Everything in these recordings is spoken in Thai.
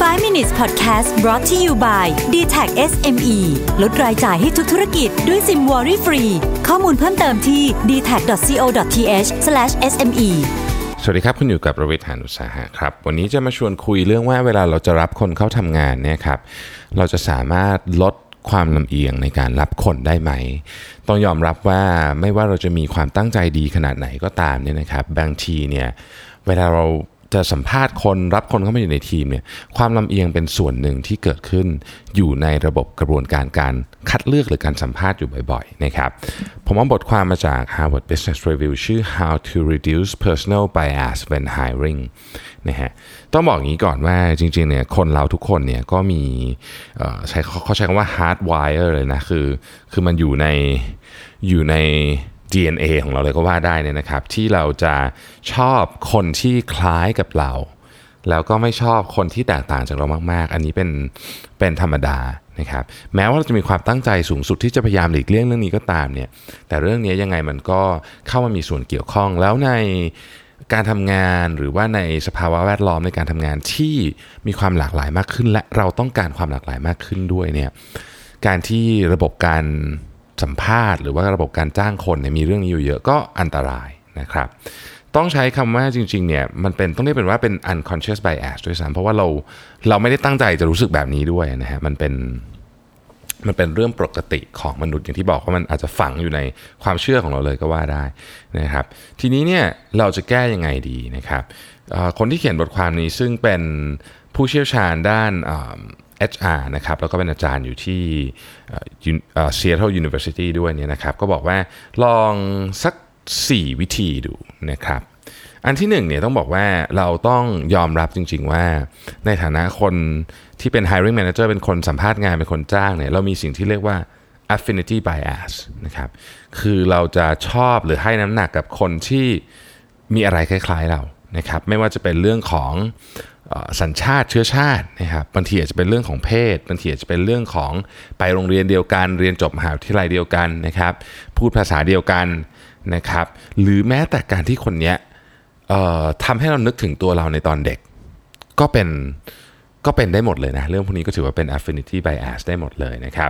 5 minutes podcast brought to you by DTAC SME ลดรายจ่ายให้ทุกธุรกิจด้วยซิมวอรี่ฟรีข้อมูลเพิ่มเติมที่ dtac.co.th/sme สวัสดีครับคุณอยู่กับประวิทย์ หาญอุตสาหะครับวันนี้จะมาชวนคุยเรื่องว่าเวลาเราจะรับคนเข้าทำงานเนี่ยครับเราจะสามารถลดความลำเอียงในการรับคนได้ไหมต้องยอมรับว่าไม่ว่าเราจะมีความตั้งใจดีขนาดไหนก็ตามเนี่ยนะครับบางทีเนี่ยเวลาเราจะสัมภาษณ์คนรับคนเข้ามาอยู่ในทีมเนี่ยความลำเอียงเป็นส่วนหนึ่งที่เกิดขึ้นอยู่ในระบบกระบวนการคัดเลือกหรือการสัมภาษณ์อยู่บ่อยๆนะครับผมเอาบทความมาจาก Harvard Business Review ชื่อ How to Reduce Personal Bias When Hiring นะฮะต้องบอกอย่างนี้ก่อนว่าจริงๆเนี่ยคนเราทุกคนเนี่ยก็มีเขาใช้คำว่า hardwire เลยนะคือมันอยู่ใน DNA ของเราเลยก็ว่าได้เนี่ยนะครับที่เราจะชอบคนที่คล้ายกับเราแล้วก็ไม่ชอบคนที่แตกต่างจากเรามากๆอันนี้เป็นธรรมดานะครับแม้ว่าเราจะมีความตั้งใจสูงสุดที่จะพยายามหลีกเลี่ยงเรื่องนี้ก็ตามเนี่ยแต่เรื่องนี้ยังไงมันก็เข้ามามีส่วนเกี่ยวข้องแล้วในการทำงานหรือว่าในสภาวะแวดล้อมในการทำงานที่มีความหลากหลายมากขึ้นและเราต้องการความหลากหลายมากขึ้นด้วยเนี่ยการที่ระบบการสัมภาษณ์หรือว่าระบบการจ้างคนเนี่ยมีเรื่องนี้อยู่เยอะก็อันตรายนะครับต้องใช้คำว่าจริงๆเนี่ยมันเป็นต้องเรียกเป็นว่าเป็น unconscious bias ด้วยซ้ำเพราะว่าเราไม่ได้ตั้งใจจะรู้สึกแบบนี้ด้วยนะฮะมันเป็นเรื่องปกติของมนุษย์อย่างที่บอกว่ามันอาจจะฝังอยู่ในความเชื่อของเราเลยก็ว่าได้นะครับทีนี้เนี่ยเราจะแก้ยังไงดีนะครับคนที่เขียนบทความนี้ซึ่งเป็นผู้เชี่ยวชาญด้านHR นะครับแล้วก็เป็นอาจารย์อยู่ที่Seattle University ด้วยเนี่ยนะครับก็บอกว่าลองสัก4วิธีดูนะครับอันที่1เนี่ยต้องบอกว่าเราต้องยอมรับจริงๆว่าในฐานะคนที่เป็น hiring manager เป็นคนสัมภาษณ์งานเป็นคนจ้างเนี่ยเรามีสิ่งที่เรียกว่า affinity bias นะครับคือเราจะชอบหรือให้น้ำหนักกับคนที่มีอะไรคล้ายๆเรานะครับไม่ว่าจะเป็นเรื่องของสัญชาติเชื้อชาตินะครับบางทีอาจจะเป็นเรื่องของเพศบางทีอาจจะเป็นเรื่องของไปโรงเรียนเดียวกันเรียนจบมหาวิทยาลัยเดียวกันนะครับพูดภาษาเดียวกันนะครับหรือแม้แต่การที่คนเนี้ยทำให้เรานึกถึงตัวเราในตอนเด็กก็เป็นได้หมดเลยนะเรื่องพวกนี้ก็ถือว่าเป็น affinity bias ได้หมดเลยนะครับ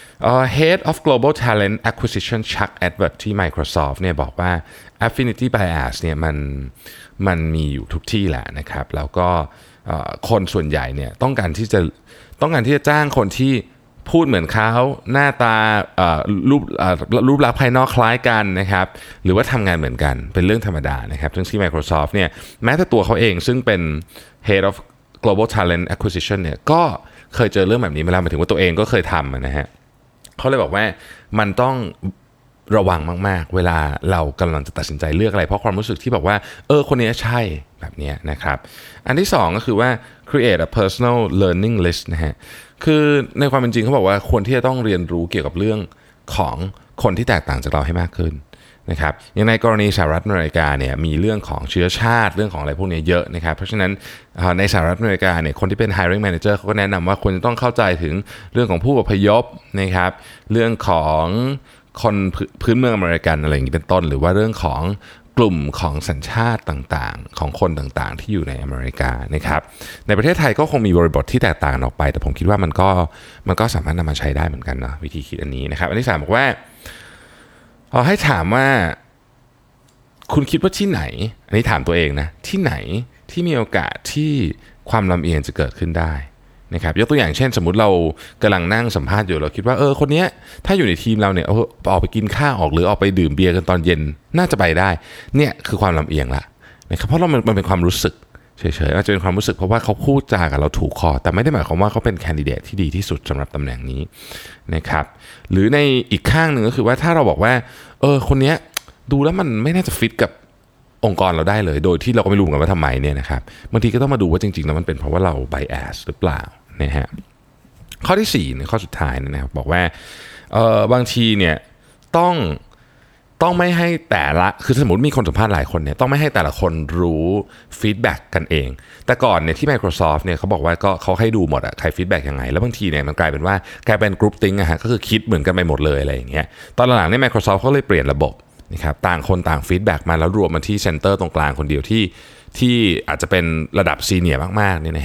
Head of Global Talent Acquisition Chuck Edwards ที่ Microsoft เนี่ยบอกว่า affinity bias เนี่ยมันมีอยู่ทุกที่แหละนะครับแล้วก็คนส่วนใหญ่เนี่ยต้องการที่จะจ้างคนที่พูดเหมือนเขาหน้าตารูปลักษณ์ภายนอกคล้ายกันนะครับหรือว่าทำงานเหมือนกันเป็นเรื่องธรรมดานะครับซึ่งที่ Microsoft เนี่ยแม้แต่ตัวเขาเองซึ่งเป็น Head of Global Talent Acquisition เนี่ยก็เคยเจอเรื่องแบบนี้มาแล้วหมายถึงว่าตัวเองก็เคยทำนะฮะเขาเลยบอกว่ามันต้องระวังมากๆเวลาเรากำลังจะตัดสินใจเลือกอะไรเพราะความรู้สึกที่บอกว่าคนนี้ใช่แบบนี้นะครับอันที่2ก็คือว่า create a personal learning list นะฮะคือในความเป็นจริงเขาบอกว่าควรที่จะต้องเรียนรู้เกี่ยวกับเรื่องของคนที่แตกต่างจากเราให้มากขึ้นนะครับอย่างในกรณีสหรัฐอเมริกาเนี่ยมีเรื่องของเชื้อชาติเรื่องของอะไรพวกนี้เยอะนะครับเพราะฉะนั้นในสหรัฐอเมริกาเนี่ยคนที่เป็น hiring manager เขาก็แนะนำว่าควรจะต้องเข้าใจถึงเรื่องของผู้อพยพนะครับเรื่องของคนพื้นเมืองอเมริกันอะไรอย่างนี้เป็นต้นหรือว่าเรื่องของกลุ่มของสัญชาติต่างๆของคนต่างๆที่อยู่ในอเมริกานะครับในประเทศไทยก็คงมีบริบทที่แตกต่างออกไปแต่ผมคิดว่ามันก็สามารถนำมาใช้ได้เหมือนกันนะวิธีคิดอันนี้นะครับอันที่3บอกว่าให้ถามว่าคุณคิดว่าที่ไหนอันนี้ถามตัวเองนะที่ไหนที่มีโอกาสที่ความลำเอียงจะเกิดขึ้นได้นะครับยกตัวอย่างเช่นสมมุติเรากำลังนั่งสัมภาษณ์อยู่เราคิดว่าคนนี้ถ้าอยู่ในทีมเราเนี่ยออกไปกินข้าวหรือออกไปดื่มเบียร์กันตอนเย็นน่าจะไปได้เนี่ยคือความลำเอียงละนะครับเพราะมันเป็นความรู้สึกเฉยๆอาจจะเป็นความรู้สึกเพราะว่าเขาพูดจากับเราถูกคอแต่ไม่ได้หมายความว่าเขาเป็นแคนดิเดตที่ดีที่สุดสำหรับตำแหน่งนี้นะครับหรือในอีกข้างหนึ่งก็คือว่าถ้าเราบอกว่าคนนี้ดูแล้วมันไม่น่าจะฟิตกับองค์กรเราได้เลยโดยที่เราก็ไม่รู้กันว่าทำไมเนี่ยนะครับบางทีก็ต้องมาดูว่าจริงๆแล้วมันเป็นเพราะว่าเรา bias หรือเปล่านะฮะข้อที่4ในข้อสุดท้ายนะครับบอกว่าบางทีเนี่ยต้องไม่ให้แต่ละคือสมมติมีคนสัมภาษณ์หลายคนเนี่ยต้องไม่ให้แต่ละคนรู้ฟีดแบ็กกันเองแต่ก่อนเนี่ยที่ Microsoft เนี่ยเขาบอกว่าก็เขาให้ดูหมดอะใครฟีดแบ็กยังไงแล้วบางทีเนี่ยมันกลายเป็นว่ากลายเป็นกรุ๊ปติ้งอะฮะก็คือคิดเหมือนกันไปหมดเลยอะไรอย่างเงี้ยตอนหลังๆเนี่ย Microsoft เขาเลยเปลี่ยนระบบนะครับต่างคนต่างฟีดแบ็กมาแล้วรวมมาที่เซ็นเตอร์ตรงกลางคนเดียวที่อาจจะเป็นระดับซีเนียร์มากๆเนี่ยนะฮะ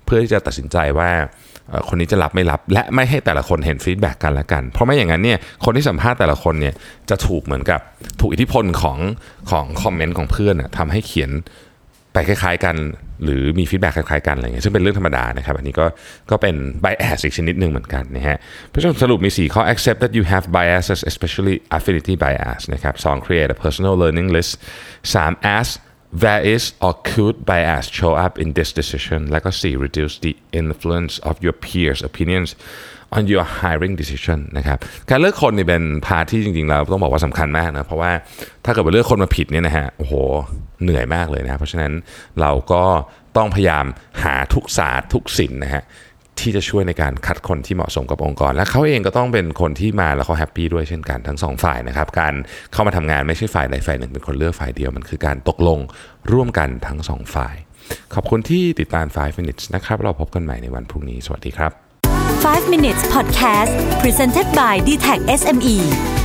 พื่อที่จะตัดสินใจว่าคนนี้จะรับไม่รับและไม่ให้แต่ละคนเห็นฟีดแบ็กกันละกันเพราะไม่อย่างนั้นเนี่ยคนที่สัมภาษณ์แต่ละคนเนี่ยจะถูกเหมือนกับถูกอิทธิพลของคอมเมนต์ของเพื่อนทำให้เขียนไปคล้ายๆกันหรือมีฟีดแบ็กคล้ายๆกันอะไรเงี้ยซึ่งเป็นเรื่องธรรมดานะครับอันนี้ก็เป็น bias อีกชนิดหนึ่งเหมือนกันนะฮะเพราะฉะนั้นสรุปมี4ข้อ accept that you have biases especially affinity bias นะครับ2 create a personal learning list 3 ask where is or could bias show up in this decision แล้วก็4 reduce the influence of your peers opinions on your hiring decision นะครับการเลือกคนนี่เป็นพาร์ทที่จริงๆแล้วต้องบอกว่าสำคัญมากนะเพราะว่าถ้าเกิดว่าเลือกคนมาผิดเนี่ยนะฮะโอ้โหเหนื่อยมากเลยนะเพราะฉะนั้นเราก็ต้องพยายามหาทุกศาสตร์ทุกศิลป์นะฮะที่จะช่วยในการคัดคนที่เหมาะสมกับองค์กรและเขาเองก็ต้องเป็นคนที่มาแล้วเขาแฮปปี้ด้วยเช่นกันทั้ง2ฝ่ายนะครับการเข้ามาทำงานไม่ใช่ฝ่ายใดฝ่ายหนึ่งเป็นคนเลือกฝ่ายเดียวมันคือการตกลงร่วมกันทั้ง2ฝ่ายขอบคุณที่ติดตาม5 minutes นะครับเราพบกันใหม่ในวันพรุ่งนี้สวัสดีครับ 5 minutes podcast presented by DTAC SME